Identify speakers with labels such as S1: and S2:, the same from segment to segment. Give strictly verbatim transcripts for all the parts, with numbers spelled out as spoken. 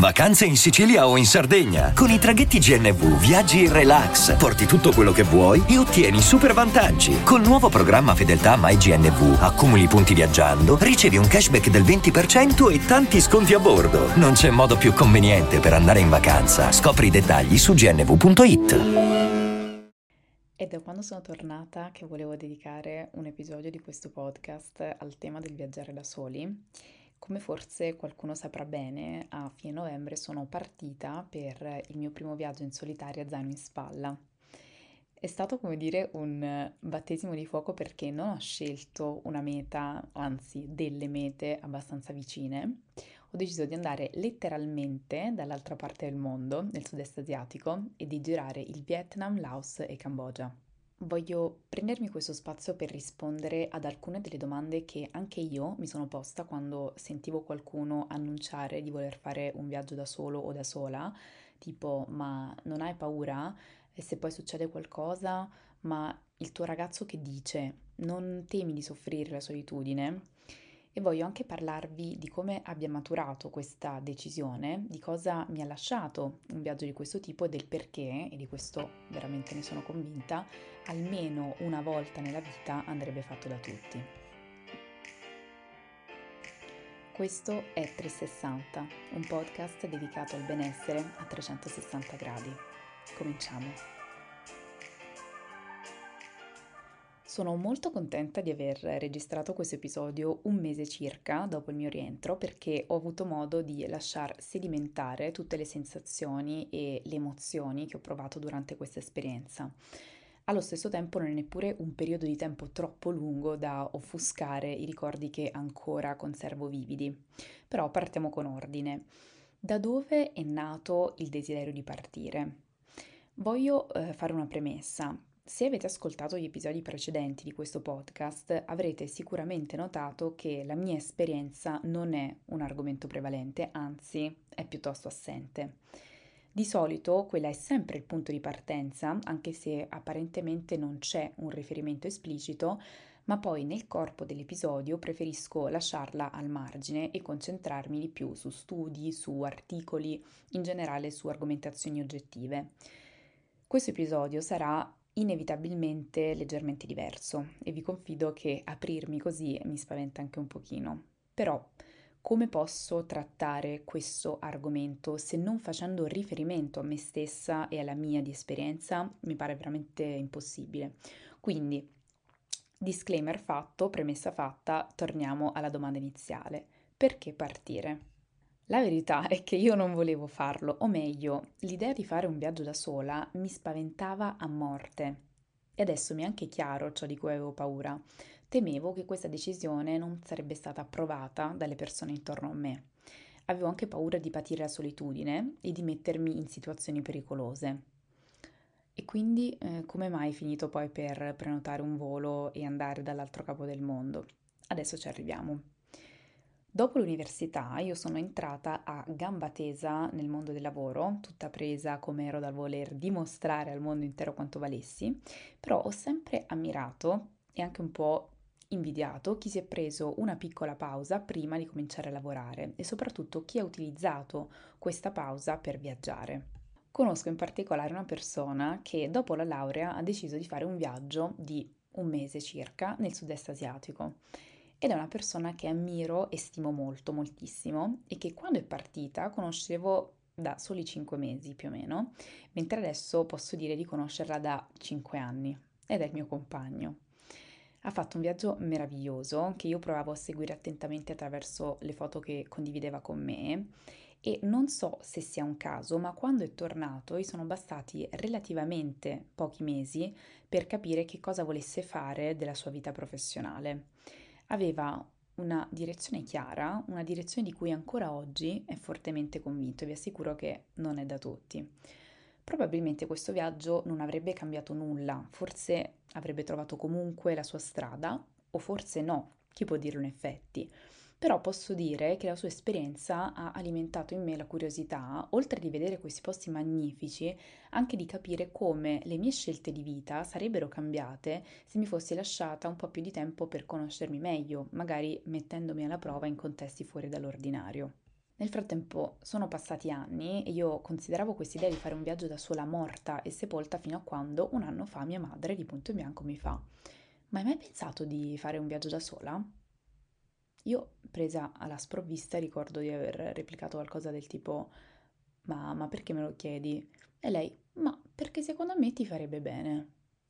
S1: Vacanze in Sicilia o in Sardegna. Con i traghetti G N V viaggi in relax, porti tutto quello che vuoi e ottieni super vantaggi. Col nuovo programma Fedeltà MyGNV accumuli punti viaggiando, ricevi un cashback del venti per cento e tanti sconti a bordo. Non c'è modo più conveniente per andare in vacanza. Scopri i dettagli su g n v punto i t.
S2: È da quando sono tornata che volevo dedicare un episodio di questo podcast al tema del viaggiare da soli. Come forse qualcuno saprà bene, a fine novembre sono partita per il mio primo viaggio in solitaria zaino in spalla. È stato, come dire, un battesimo di fuoco perché non ho scelto una meta, anzi delle mete abbastanza vicine. Ho deciso di andare letteralmente dall'altra parte del mondo, nel sud-est asiatico, e di girare il Vietnam, Laos e Cambogia. Voglio prendermi questo spazio per rispondere ad alcune delle domande che anche io mi sono posta quando sentivo qualcuno annunciare di voler fare un viaggio da solo o da sola, tipo: ma non hai paura? E se poi succede qualcosa? Ma il tuo ragazzo che dice? Non temi di soffrire la solitudine? E voglio anche parlarvi di come abbia maturato questa decisione, di cosa mi ha lasciato un viaggio di questo tipo e del perché, e di questo veramente ne sono convinta, almeno una volta nella vita andrebbe fatto da tutti. Questo è trecentosessanta, un podcast dedicato al benessere a trecentosessanta gradi. Cominciamo! Sono molto contenta di aver registrato questo episodio un mese circa dopo il mio rientro perché ho avuto modo di lasciar sedimentare tutte le sensazioni e le emozioni che ho provato durante questa esperienza. Allo stesso tempo non è neppure un periodo di tempo troppo lungo da offuscare i ricordi che ancora conservo vividi. Però partiamo con ordine. Da dove è nato il desiderio di partire? Voglio eh, fare una premessa. Se avete ascoltato gli episodi precedenti di questo podcast, avrete sicuramente notato che la mia esperienza non è un argomento prevalente, anzi è piuttosto assente. Di solito quella è sempre il punto di partenza, anche se apparentemente non c'è un riferimento esplicito, ma poi nel corpo dell'episodio preferisco lasciarla al margine e concentrarmi di più su studi, su articoli, in generale su argomentazioni oggettive. Questo episodio sarà inevitabilmente leggermente diverso e vi confido che aprirmi così mi spaventa anche un pochino. Però come posso trattare questo argomento se non facendo riferimento a me stessa e alla mia di esperienza? Mi pare veramente impossibile. Quindi, disclaimer fatto, premessa fatta, torniamo alla domanda iniziale. Perché partire? La verità è che io non volevo farlo, o meglio, l'idea di fare un viaggio da sola mi spaventava a morte. E adesso mi è anche chiaro ciò di cui avevo paura. Temevo che questa decisione non sarebbe stata approvata dalle persone intorno a me. Avevo anche paura di patire la solitudine e di mettermi in situazioni pericolose. E quindi eh, come mai finito poi per prenotare un volo e andare dall'altro capo del mondo? Adesso ci arriviamo. Dopo l'università io sono entrata a gamba tesa nel mondo del lavoro, tutta presa come ero dal voler dimostrare al mondo intero quanto valessi, però ho sempre ammirato e anche un po' invidiato chi si è preso una piccola pausa prima di cominciare a lavorare e soprattutto chi ha utilizzato questa pausa per viaggiare. Conosco in particolare una persona che dopo la laurea ha deciso di fare un viaggio di un mese circa nel sud-est asiatico. Ed è una persona che ammiro e stimo molto, moltissimo, e che quando è partita conoscevo da soli cinque mesi più o meno, mentre adesso posso dire di conoscerla da cinque anni, ed è il mio compagno. Ha fatto un viaggio meraviglioso che io provavo a seguire attentamente attraverso le foto che condivideva con me e non so se sia un caso, ma quando è tornato gli sono bastati relativamente pochi mesi per capire che cosa volesse fare della sua vita professionale. Aveva una direzione chiara, una direzione di cui ancora oggi è fortemente convinto e vi assicuro che non è da tutti. Probabilmente questo viaggio non avrebbe cambiato nulla, forse avrebbe trovato comunque la sua strada, o forse no, chi può dirlo in effetti. Però posso dire che la sua esperienza ha alimentato in me la curiosità, oltre di vedere questi posti magnifici, anche di capire come le mie scelte di vita sarebbero cambiate se mi fossi lasciata un po' più di tempo per conoscermi meglio, magari mettendomi alla prova in contesti fuori dall'ordinario. Nel frattempo sono passati anni e io consideravo quest'idea di fare un viaggio da sola morta e sepolta fino a quando un anno fa mia madre di punto in bianco mi fa: "Ma hai mai pensato di fare un viaggio da sola?" Io, presa alla sprovvista, ricordo di aver replicato qualcosa del tipo: "Ma, ma perché me lo chiedi?" E lei: "Ma perché secondo me ti farebbe bene."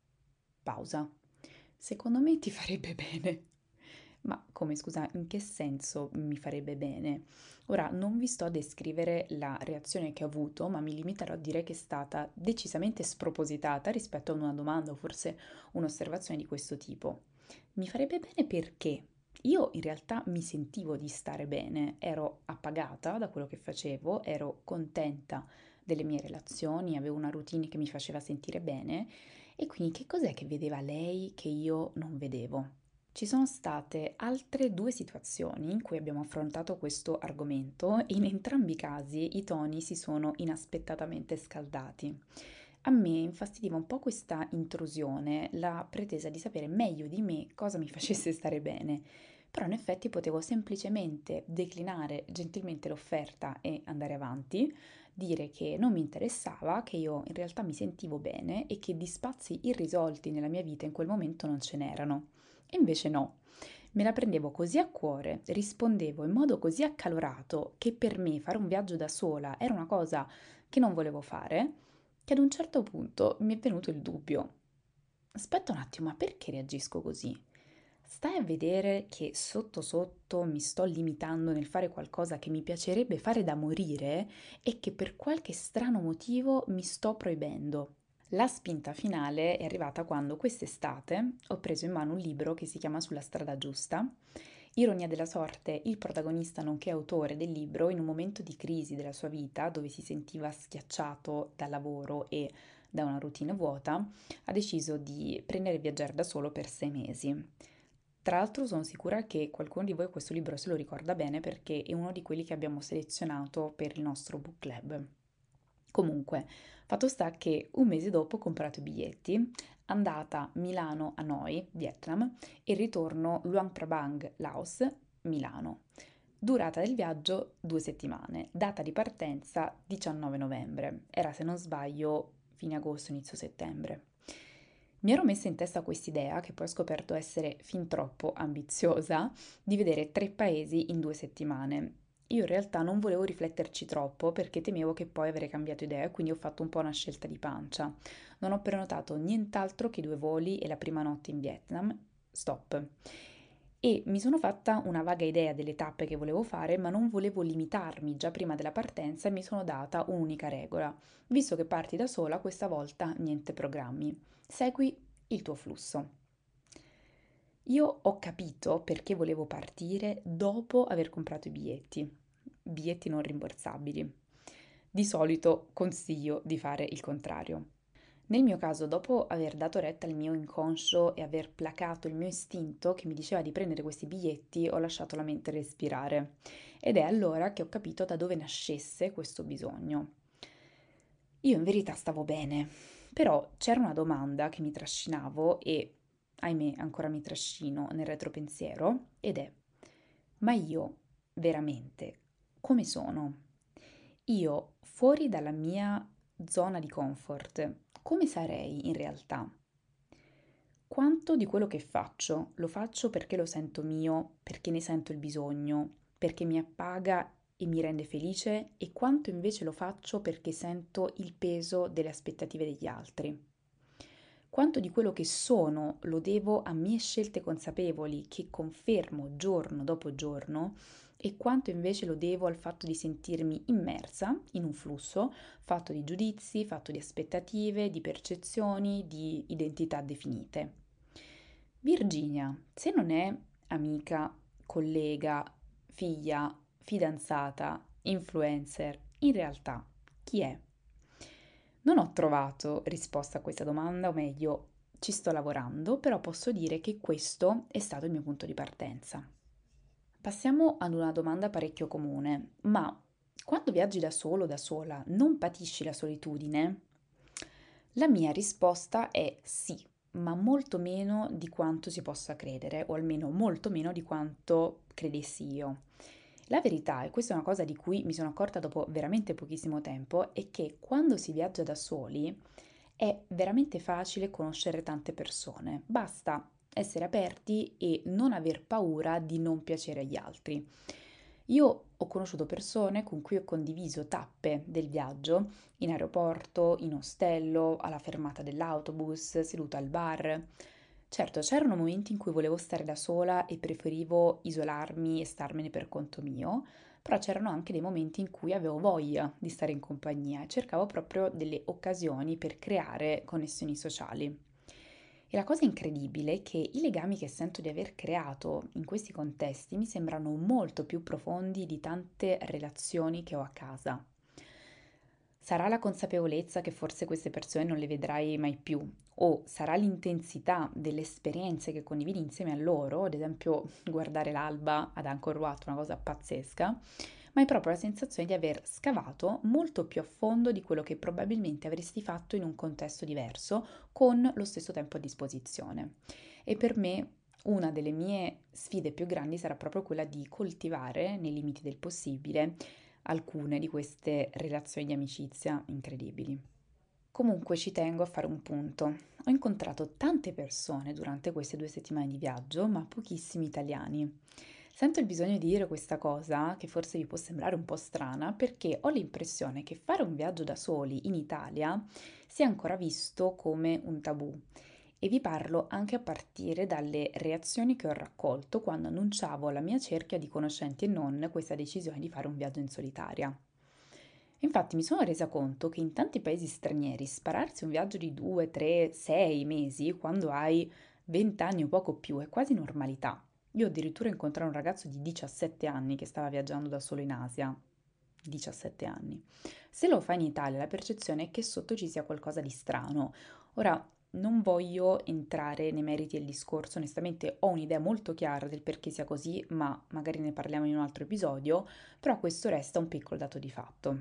S2: Pausa. Secondo me ti farebbe bene. Ma come, scusa, in che senso mi farebbe bene? Ora, non vi sto a descrivere la reazione che ho avuto, ma mi limiterò a dire che è stata decisamente spropositata rispetto a una domanda o forse un'osservazione di questo tipo. Mi farebbe bene perché io in realtà mi sentivo di stare bene, ero appagata da quello che facevo, ero contenta delle mie relazioni, avevo una routine che mi faceva sentire bene e quindi che cos'è che vedeva lei che io non vedevo? Ci sono state altre due situazioni in cui abbiamo affrontato questo argomento e in entrambi i casi i toni si sono inaspettatamente scaldati. A me infastidiva un po' questa intrusione, la pretesa di sapere meglio di me cosa mi facesse stare bene, però in effetti potevo semplicemente declinare gentilmente l'offerta e andare avanti, dire che non mi interessava, che io in realtà mi sentivo bene e che di spazi irrisolti nella mia vita in quel momento non ce n'erano. E invece no, me la prendevo così a cuore, rispondevo in modo così accalorato che per me fare un viaggio da sola era una cosa che non volevo fare, che ad un certo punto mi è venuto il dubbio. Aspetta un attimo, ma perché reagisco così? Stai a vedere che sotto sotto mi sto limitando nel fare qualcosa che mi piacerebbe fare da morire e che per qualche strano motivo mi sto proibendo. La spinta finale è arrivata quando quest'estate ho preso in mano un libro che si chiama Sulla strada giusta. Ironia della sorte, il protagonista nonché autore del libro, in un momento di crisi della sua vita, dove si sentiva schiacciato dal lavoro e da una routine vuota, ha deciso di prendere e viaggiare da solo per sei mesi. Tra l'altro sono sicura che qualcuno di voi questo libro se lo ricorda bene perché è uno di quelli che abbiamo selezionato per il nostro book club. Comunque, fatto sta che un mese dopo ho comprato i biglietti, andata Milano-Hanoi, Vietnam, e ritorno Luang Prabang, Laos, Milano. Durata del viaggio due settimane, data di partenza diciannove novembre, era se non sbaglio fine agosto, inizio settembre. Mi ero messa in testa quest'idea, che poi ho scoperto essere fin troppo ambiziosa, di vedere tre paesi in due settimane. Io in realtà non volevo rifletterci troppo perché temevo che poi avrei cambiato idea e quindi ho fatto un po' una scelta di pancia. Non ho prenotato nient'altro che due voli e la prima notte in Vietnam. Stop. E mi sono fatta una vaga idea delle tappe che volevo fare, ma non volevo limitarmi già prima della partenza e mi sono data un'unica regola. Visto che parti da sola, questa volta niente programmi. Segui il tuo flusso. Io ho capito perché volevo partire dopo aver comprato i biglietti, biglietti non rimborsabili. Di solito consiglio di fare il contrario. Nel mio caso, dopo aver dato retta al mio inconscio e aver placato il mio istinto che mi diceva di prendere questi biglietti, ho lasciato la mente respirare. Ed è allora che ho capito da dove nascesse questo bisogno. Io in verità stavo bene, però c'era una domanda che mi trascinavo e, ahimè, ancora mi trascino nel retropensiero, ed è: ma io veramente come sono? Io fuori dalla mia zona di comfort, come sarei in realtà? Quanto di quello che faccio lo faccio perché lo sento mio, perché ne sento il bisogno, perché mi appaga e mi rende felice e quanto invece lo faccio perché sento il peso delle aspettative degli altri. Quanto di quello che sono lo devo a mie scelte consapevoli che confermo giorno dopo giorno e quanto invece lo devo al fatto di sentirmi immersa in un flusso fatto di giudizi, fatto di aspettative, di percezioni, di identità definite. Virginia, se non è amica, collega, figlia, fidanzata, influencer, in realtà chi è? Non ho trovato risposta a questa domanda, o meglio, ci sto lavorando, però posso dire che questo è stato il mio punto di partenza. Passiamo ad una domanda parecchio comune, ma quando viaggi da solo o da sola non patisci la solitudine? La mia risposta è sì, ma molto meno di quanto si possa credere, o almeno molto meno di quanto credessi io. La verità, e questa è una cosa di cui mi sono accorta dopo veramente pochissimo tempo, è che quando si viaggia da soli è veramente facile conoscere tante persone. Basta essere aperti e non aver paura di non piacere agli altri. Io ho conosciuto persone con cui ho condiviso tappe del viaggio in aeroporto, in ostello, alla fermata dell'autobus, seduta al bar. Certo, c'erano momenti in cui volevo stare da sola e preferivo isolarmi e starmene per conto mio, però c'erano anche dei momenti in cui avevo voglia di stare in compagnia e cercavo proprio delle occasioni per creare connessioni sociali. E la cosa incredibile è che i legami che sento di aver creato in questi contesti mi sembrano molto più profondi di tante relazioni che ho a casa. Sarà la consapevolezza che forse queste persone non le vedrai mai più, o sarà l'intensità delle esperienze che condividi insieme a loro, ad esempio guardare l'alba ad Angkor Wat, una cosa pazzesca, ma è proprio la sensazione di aver scavato molto più a fondo di quello che probabilmente avresti fatto in un contesto diverso, con lo stesso tempo a disposizione. E per me una delle mie sfide più grandi sarà proprio quella di coltivare, nei limiti del possibile, alcune di queste relazioni di amicizia incredibili. Comunque ci tengo a fare un punto. Ho incontrato tante persone durante queste due settimane di viaggio, ma pochissimi italiani. Sento il bisogno di dire questa cosa, che forse vi può sembrare un po' strana, perché ho l'impressione che fare un viaggio da soli in Italia sia ancora visto come un tabù. E vi parlo anche a partire dalle reazioni che ho raccolto quando annunciavo alla mia cerchia di conoscenti e non questa decisione di fare un viaggio in solitaria. Infatti mi sono resa conto che in tanti paesi stranieri spararsi un viaggio di due, tre, sei mesi quando hai venti anni o poco più è quasi normalità. Io addirittura incontrai un ragazzo di diciassette anni che stava viaggiando da solo in Asia. diciassette anni. Se lo fai in Italia, la percezione è che sotto ci sia qualcosa di strano. Ora, non voglio entrare nei meriti del discorso, onestamente ho un'idea molto chiara del perché sia così, ma magari ne parliamo in un altro episodio, però questo resta un piccolo dato di fatto.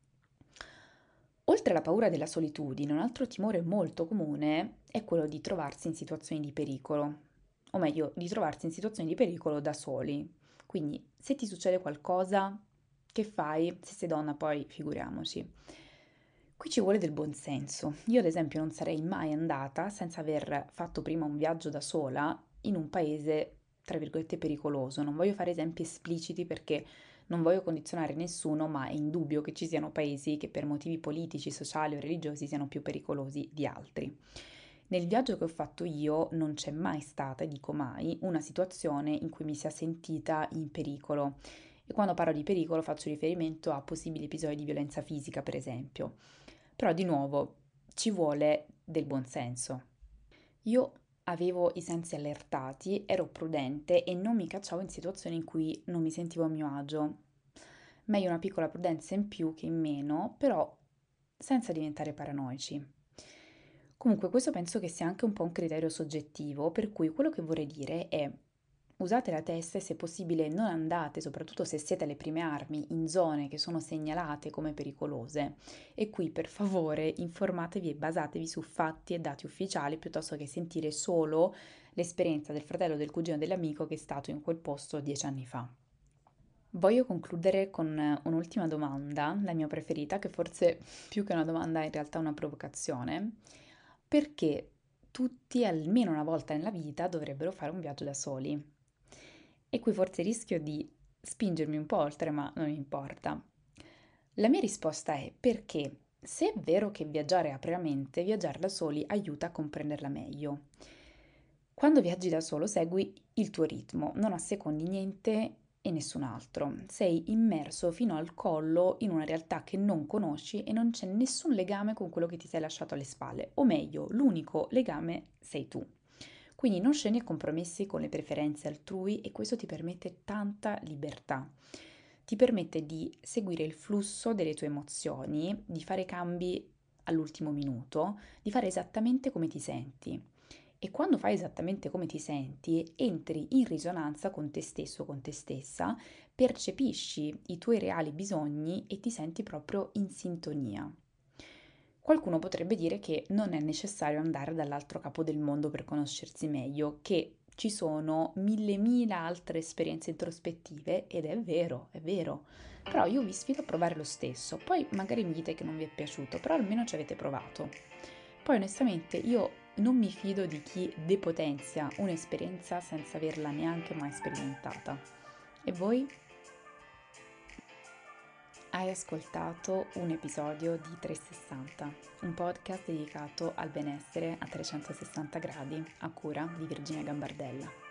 S2: Oltre alla paura della solitudine, un altro timore molto comune è quello di trovarsi in situazioni di pericolo, o meglio, di trovarsi in situazioni di pericolo da soli. Quindi, se ti succede qualcosa, che fai? Se sei donna, poi figuriamoci. Qui ci vuole del buonsenso. Io, ad esempio, non sarei mai andata senza aver fatto prima un viaggio da sola in un paese, tra virgolette, pericoloso. Non voglio fare esempi espliciti perché non voglio condizionare nessuno, ma è indubbio che ci siano paesi che per motivi politici, sociali o religiosi siano più pericolosi di altri. Nel viaggio che ho fatto io non c'è mai stata, e dico mai, una situazione in cui mi sia sentita in pericolo. E quando parlo di pericolo faccio riferimento a possibili episodi di violenza fisica, per esempio. Però di nuovo ci vuole del buonsenso. Io avevo i sensi allertati, ero prudente e non mi cacciavo in situazioni in cui non mi sentivo a mio agio. Meglio una piccola prudenza in più che in meno, però senza diventare paranoici. Comunque questo penso che sia anche un po' un criterio soggettivo, per cui quello che vorrei dire è usate la testa e se possibile non andate, soprattutto se siete alle prime armi, in zone che sono segnalate come pericolose. E qui per favore informatevi e basatevi su fatti e dati ufficiali piuttosto che sentire solo l'esperienza del fratello, del cugino, dell'amico che è stato in quel posto dieci anni fa. Voglio concludere con un'ultima domanda, la mia preferita, che forse più che una domanda è in realtà una provocazione. Perché tutti almeno una volta nella vita dovrebbero fare un viaggio da soli? E qui forse rischio di spingermi un po' oltre, ma non importa. La mia risposta è perché se è vero che viaggiare apre la mente, viaggiare da soli aiuta a comprenderla meglio. Quando viaggi da solo segui il tuo ritmo, non assecondi niente e nessun altro. Sei immerso fino al collo in una realtà che non conosci e non c'è nessun legame con quello che ti sei lasciato alle spalle, o meglio, l'unico legame sei tu. Quindi non scendi a compromessi con le preferenze altrui e questo ti permette tanta libertà. Ti permette di seguire il flusso delle tue emozioni, di fare cambi all'ultimo minuto, di fare esattamente come ti senti. E quando fai esattamente come ti senti, entri in risonanza con te stesso, con te stessa, percepisci i tuoi reali bisogni e ti senti proprio in sintonia. Qualcuno potrebbe dire che non è necessario andare dall'altro capo del mondo per conoscersi meglio, che ci sono mille mila altre esperienze introspettive ed è vero, è vero. Però io vi sfido a provare lo stesso. Poi magari mi dite che non vi è piaciuto, però almeno ci avete provato. Poi onestamente io non mi fido di chi depotenzia un'esperienza senza averla neanche mai sperimentata. E voi? Hai ascoltato un episodio di trecentosessanta, un podcast dedicato al benessere a trecentosessanta gradi, a cura di Virginia Gambardella.